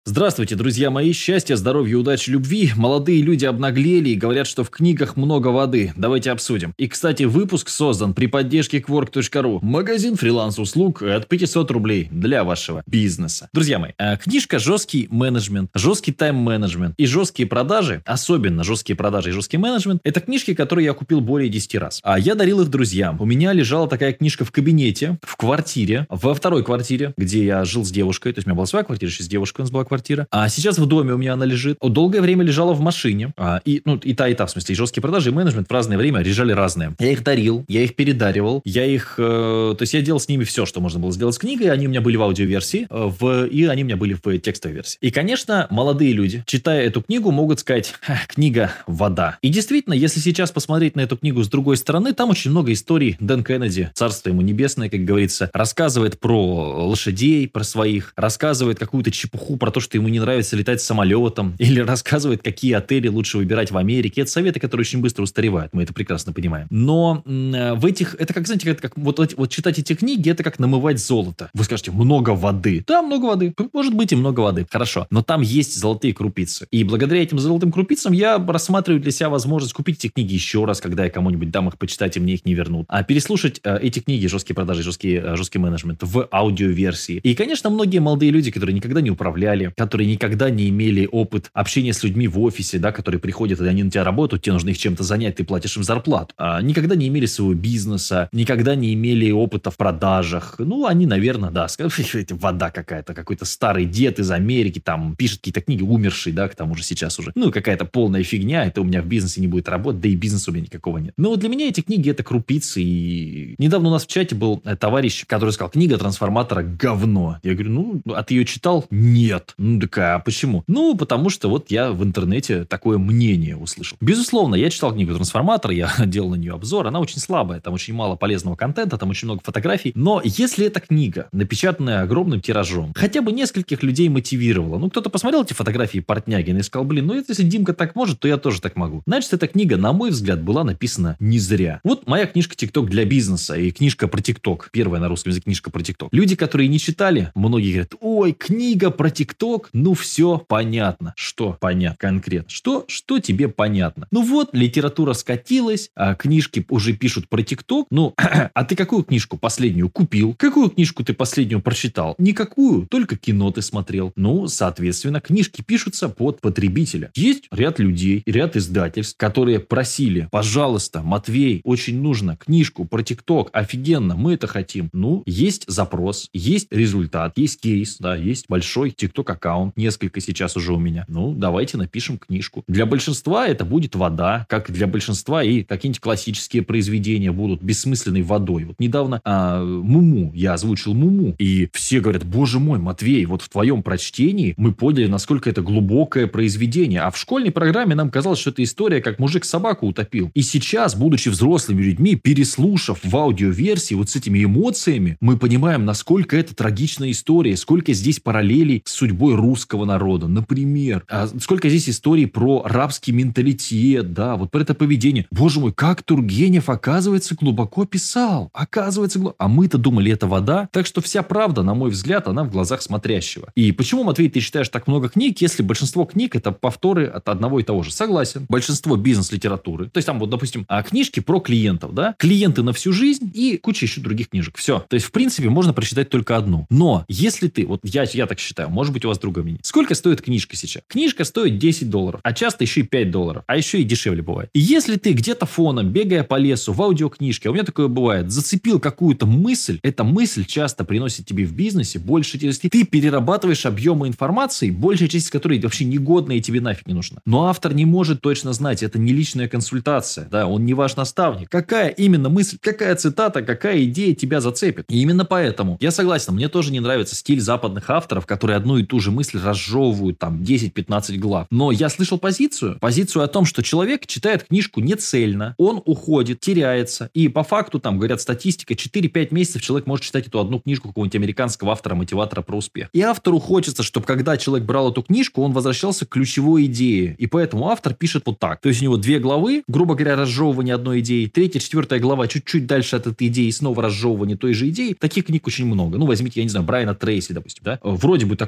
Здравствуйте, друзья мои. Счастья, здоровья, удачи, любви. Молодые люди обнаглели и говорят, что в книгах много воды. Давайте обсудим. И, кстати, выпуск создан при поддержке Quark.ru. Магазин фриланс-услуг от 500 рублей для вашего бизнеса. Друзья мои, книжка «Жесткий менеджмент», «Жесткий тайм-менеджмент» и «Жесткие продажи», особенно «Жесткие продажи» и «Жесткий менеджмент», это книжки, которые я купил более 10 раз. А я дарил их друзьям. У меня лежала такая книжка в кабинете, в квартире, во второй квартире, где я жил с девушкой. То есть у меня была своя квартира, еще с девушкой у нас была квартира. А сейчас в доме у меня она лежит. Долгое время лежала в машине. И та, в смысле, и «Жесткие продажи», и менеджмент в разное время лежали разные. Я их дарил, я их передаривал, то есть я делал с ними все, что можно было сделать с книгой. Они у меня были в аудиоверсии, и они у меня были в текстовой версии. И, конечно, молодые люди, читая эту книгу, могут сказать: книга – вода. И действительно, если сейчас посмотреть на эту книгу с другой стороны, там очень много историй. Дэн Кеннеди, царство ему небесное, как говорится, рассказывает про лошадей, про своих, рассказывает какую-то чепуху про то, что ему не нравится летать самолетом, или рассказывает, какие отели лучше выбирать в Америке. Это советы, которые очень быстро устаревают, мы это прекрасно понимаем. Но это как, знаете, вот читать эти книги, это как намывать золото. Вы скажете: много воды. Да, много воды. Может быть и много воды. Хорошо. Но там есть золотые крупицы. И благодаря этим золотым крупицам я рассматриваю для себя возможность купить эти книги еще раз, когда я кому-нибудь дам их почитать, и мне их не вернут. А переслушать эти книги «Жесткие продажи», «Жесткий менеджмент» в аудиоверсии. И, конечно, многие молодые люди, которые никогда не управляли, которые никогда не имели опыт общения с людьми в офисе, да, которые приходят, и они на тебя работают, тебе нужно их чем-то занять, ты платишь им зарплату. Никогда не имели своего бизнеса, никогда не имели опыта в продажах. Они, наверное, да, вода какая-то, какой-то старый дед из Америки, там, пишет какие-то книги, умерший, да, к тому же сейчас уже. Какая-то полная фигня, это у меня в бизнесе не будет работать, да и бизнеса у меня никакого нет. Но вот для меня эти книги — это крупицы, и недавно у нас в чате был товарищ, который сказал: книга трансформатора — говно. Я говорю: а ты ее читал? Нет. А почему? Потому что вот я в интернете такое мнение услышал. Безусловно, я читал книгу «Трансформатор», я делал на нее обзор, она очень слабая, там очень мало полезного контента, там очень много фотографий, но если эта книга, напечатанная огромным тиражом, хотя бы нескольких людей мотивировала, кто-то посмотрел эти фотографии Портнягина и сказал: если Димка так может, то я тоже так могу. Значит, эта книга, на мой взгляд, была написана не зря. Вот моя книжка «ТикТок для бизнеса» и книжка про ТикТок, первая на русском языке книжка про ТикТок. Люди, которые не читали, многие говорят: ой, книга про ТикТок, все понятно. Что понятно конкретно? Что тебе понятно? Литература скатилась, а книжки уже пишут про ТикТок. А ты какую книжку последнюю купил? Какую книжку ты последнюю прочитал? Никакую, только кино ты смотрел. Соответственно, книжки пишутся под потребителя. Есть ряд людей, ряд издательств, которые просили: пожалуйста, Матвей, очень нужно книжку про ТикТок, офигенно, мы это хотим. Есть запрос, есть результат, есть кейс, да, есть большой ТикТок аккаунт, несколько сейчас уже у меня. Давайте напишем книжку. Для большинства это будет вода, как для большинства и какие-нибудь классические произведения будут бессмысленной водой. Вот недавно Муму, я озвучил Муму, и все говорят: боже мой, Матвей, вот в твоем прочтении мы поняли, насколько это глубокое произведение. А в школьной программе нам казалось, что это история, как мужик собаку утопил. И сейчас, будучи взрослыми людьми, переслушав в аудиоверсии вот с этими эмоциями, мы понимаем, насколько это трагичная история, сколько здесь параллелей с судьбой русского народа, например. Сколько здесь историй про рабский менталитет, да, вот про это поведение. Боже мой, как Тургенев, оказывается, глубоко писал. А мы-то думали, это вода. Так что вся правда, на мой взгляд, она в глазах смотрящего. И почему, Матвей, ты читаешь так много книг, если большинство книг — это повторы от одного и того же? Согласен. Большинство бизнес-литературы. То есть там, допустим, книжки про клиентов, да? Клиенты на всю жизнь и куча еще других книжек. Все. То есть, в принципе, можно прочитать только одну. Но если ты, я так считаю, может быть, у вас другое мнение. Сколько стоит книжка сейчас? Книжка стоит $10, а часто еще и $5, а еще и дешевле бывает. И если ты где-то фоном, бегая по лесу, в аудиокнижке, а у меня такое бывает, зацепил какую-то мысль, эта мысль часто приносит тебе в бизнесе больше, если ты перерабатываешь объемы информации, большая часть которой вообще негодная и тебе нафиг не нужна. Но автор не может точно знать, это не личная консультация, да, он не ваш наставник. Какая именно мысль, какая цитата, какая идея тебя зацепит. И именно поэтому я согласен, мне тоже не нравится стиль западных авторов, которые одну и ту же мысль разжевывают там 10-15 глав. Но я слышал позицию о том, что человек читает книжку не цельно, он уходит, теряется, и по факту, там, говорят, статистика, 4-5 месяцев человек может читать эту одну книжку какого-нибудь американского автора-мотиватора про успех. И автору хочется, чтобы когда человек брал эту книжку, он возвращался к ключевой идее. И поэтому автор пишет вот так. То есть у него 2 главы, грубо говоря, разжевывание одной идеи, 3-4 глава чуть-чуть дальше от этой идеи, снова разжевывание той же идеи. Таких книг очень много. Возьмите, я не знаю, Брайана Трейси, допустим, да? Вроде бы такой известный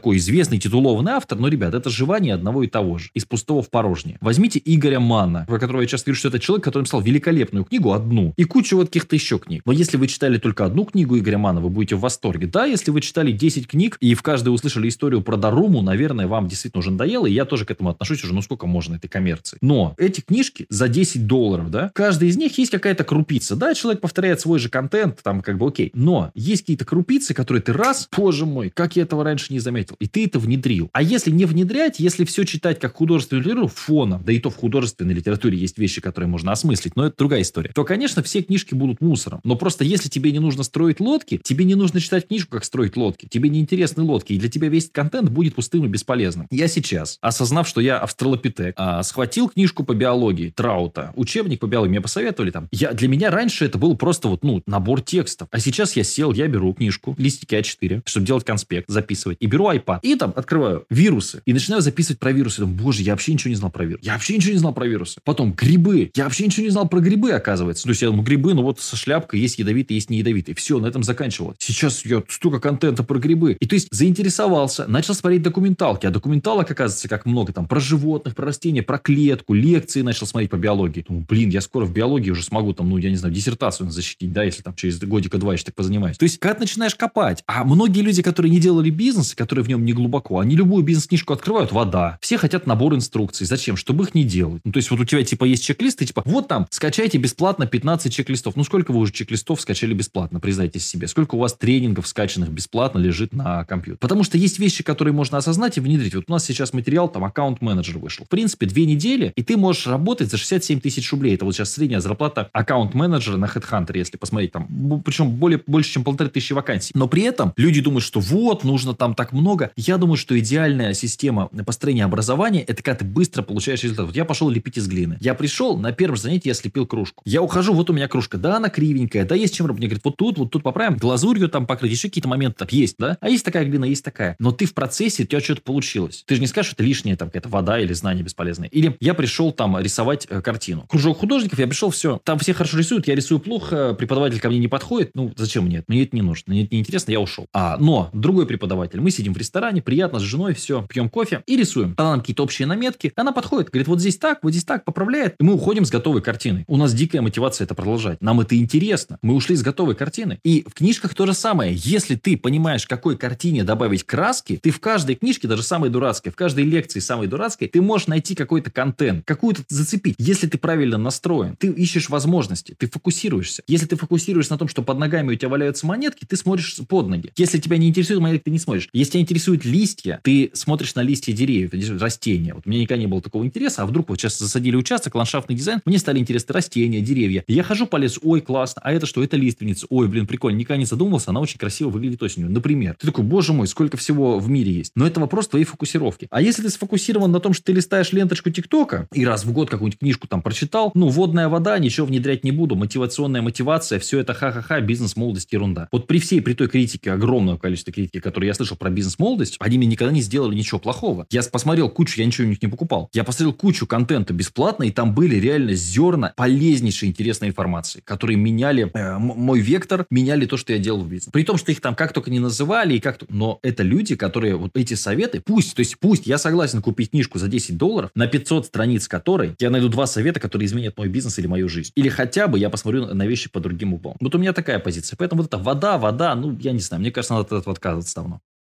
известный титулованный автор, но, ребят, это жевание одного и того же, из пустого в порожнее. Возьмите Игоря Манна, про которого я часто говорю, что это человек, который написал великолепную книгу, одну, и кучу вот каких-то еще книг. Но если вы читали только одну книгу Игоря Манна, вы будете в восторге. Да, если вы читали 10 книг, и в каждой услышали историю про Даруму, наверное, вам действительно уже надоело, и я тоже к этому отношусь уже, ну сколько можно этой коммерции. Но эти книжки за $10, да, каждая из них есть какая-то крупица. Да, человек повторяет свой же контент, там как бы окей. Но есть какие-то крупицы, которые ты раз, боже мой, как я этого раньше не заметил, и ты это внедрил. А если не внедрять, если все читать как художественную литературу фоном, да и то в художественной литературе есть вещи, которые можно осмыслить, но это другая история, то, конечно, все книжки будут мусором. Но просто если тебе не нужно строить лодки, тебе не нужно читать книжку, как строить лодки, тебе не интересны лодки, и для тебя весь контент будет пустым и бесполезным. Я сейчас, осознав, что я австралопитек, схватил книжку по биологии Траута, учебник по биологии, мне посоветовали там. Для меня раньше это был просто вот, набор текстов. А сейчас я сел, я беру книжку, листики А4, чтобы делать конспект, записывать, и беру iPad, и там открываю вирусы, и начинаю записывать про вирусы. Думаю, боже, я вообще ничего не знал про вирусы. Я вообще ничего не знал про вирусы. Потом грибы. Я вообще ничего не знал про грибы, оказывается. То есть я думаю, грибы, вот со шляпкой есть ядовитые, есть не ядовитые. Все, на этом заканчивалось. Сейчас я столько контента про грибы. И то есть заинтересовался, начал смотреть документалки. А документалок, оказывается, как много там про животных, про растения, про клетку, лекции начал смотреть по биологии. Думаю, я скоро в биологии уже смогу там, я не знаю, диссертацию защитить, да, если там через годика-два еще так позанимаюсь. То есть, когда ты начинаешь копать, а многие люди, которые не делали бизнес, которые в нем не глубоко, они любую бизнес-книжку открывают, вода. Все хотят набор инструкций. Зачем? Чтобы их не делать. То есть, вот у тебя есть чек-листы, вот там, скачайте бесплатно 15 чек-листов. Сколько вы уже чек-листов скачали бесплатно, признайтесь себе. Сколько у вас тренингов скачанных бесплатно лежит на компьютере. Потому что есть вещи, которые можно осознать и внедрить. Вот у нас сейчас материал, там, аккаунт-менеджер вышел. В принципе, 2 недели, и ты можешь работать за 67 тысяч рублей. Это вот сейчас средняя зарплата аккаунт-менеджера на HeadHunter, если посмотреть там. Причем больше, чем 1500 вакансий. Но при этом люди думают, что нужно там так много. Я думаю, что идеальная система построения образования, это когда ты быстро получаешь результат. Вот я пошел лепить из глины. Я пришел, на первом занятии я слепил кружку. Я ухожу, вот у меня кружка. Да, она кривенькая, да, есть чем работать. Мне говорят, вот тут поправим, глазурью там покрыть, еще какие-то моменты там есть, да. А есть такая глина, есть такая. Но ты в процессе, у тебя что-то получилось. Ты же не скажешь, что это лишняя там какая-то вода или знание бесполезное. Или я пришел там рисовать картину. Кружок художников, я пришел, все. Там все хорошо рисуют, я рисую плохо, преподаватель ко мне не подходит. Зачем мне это? Мне это не нужно, мне это не интересно, я ушел. Но другой преподаватель, мы сидим в ресторане, приятно с женой, все, пьем кофе и рисуем. Она нам какие-то общие наметки, она подходит, говорит, вот здесь так, поправляет. И мы уходим с готовой картиной. У нас дикая мотивация это продолжать. Нам это интересно. Мы ушли с готовой картины. И в книжках то же самое. Если ты понимаешь, какой картине добавить краски, ты в каждой книжке, даже самой дурацкой, в каждой лекции самой дурацкой, ты можешь найти какой-то контент, какую-то зацепить. Если ты правильно настроен, ты ищешь возможности, ты фокусируешься. Если ты фокусируешься на том, что под ногами у тебя валяются монетки, ты смотришь под ноги. Если тебя не интересуют монетки, ты не смотришь. Если тебя интересуют листья, ты смотришь на листья деревьев, растения. Вот у меня никогда не было такого интереса, а вдруг вот сейчас засадили участок, ландшафтный дизайн, мне стали интересны растения, деревья. Я хожу по лесу, ой, классно, а это что? Это лиственница. Ой, прикольно, никогда не задумывался, она очень красиво выглядит осенью. Например. Ты такой, боже мой, сколько всего в мире есть. Но это вопрос твоей фокусировки. А если ты сфокусирован на том, что ты листаешь ленточку ТикТока и раз в год какую-нибудь книжку там прочитал, водная вода, ничего внедрять не буду, мотивационная мотивация, все это ха-ха-ха, бизнес-молодость, ерунда. Вот при той критике, огромного количества критики, которую я слышал про бизнес-молодость, они мне никогда не сделали ничего плохого. Я посмотрел кучу, я ничего у них не покупал. Я посмотрел кучу контента бесплатно, и там были реально зерна полезнейшей интересной информации, которые меняли мой вектор, меняли то, что я делал в бизнесе. При том, что их там как только не называли, и как-то... Но это люди, которые вот эти советы, пусть я согласен купить книжку за $10, на 500 страниц которой я найду 2 совета, которые изменят мой бизнес или мою жизнь. Или хотя бы я посмотрю на вещи под другим углом. Вот у меня такая позиция. Поэтому вот эта вода, я не знаю, мне кажется, надо от этого отказываться давно.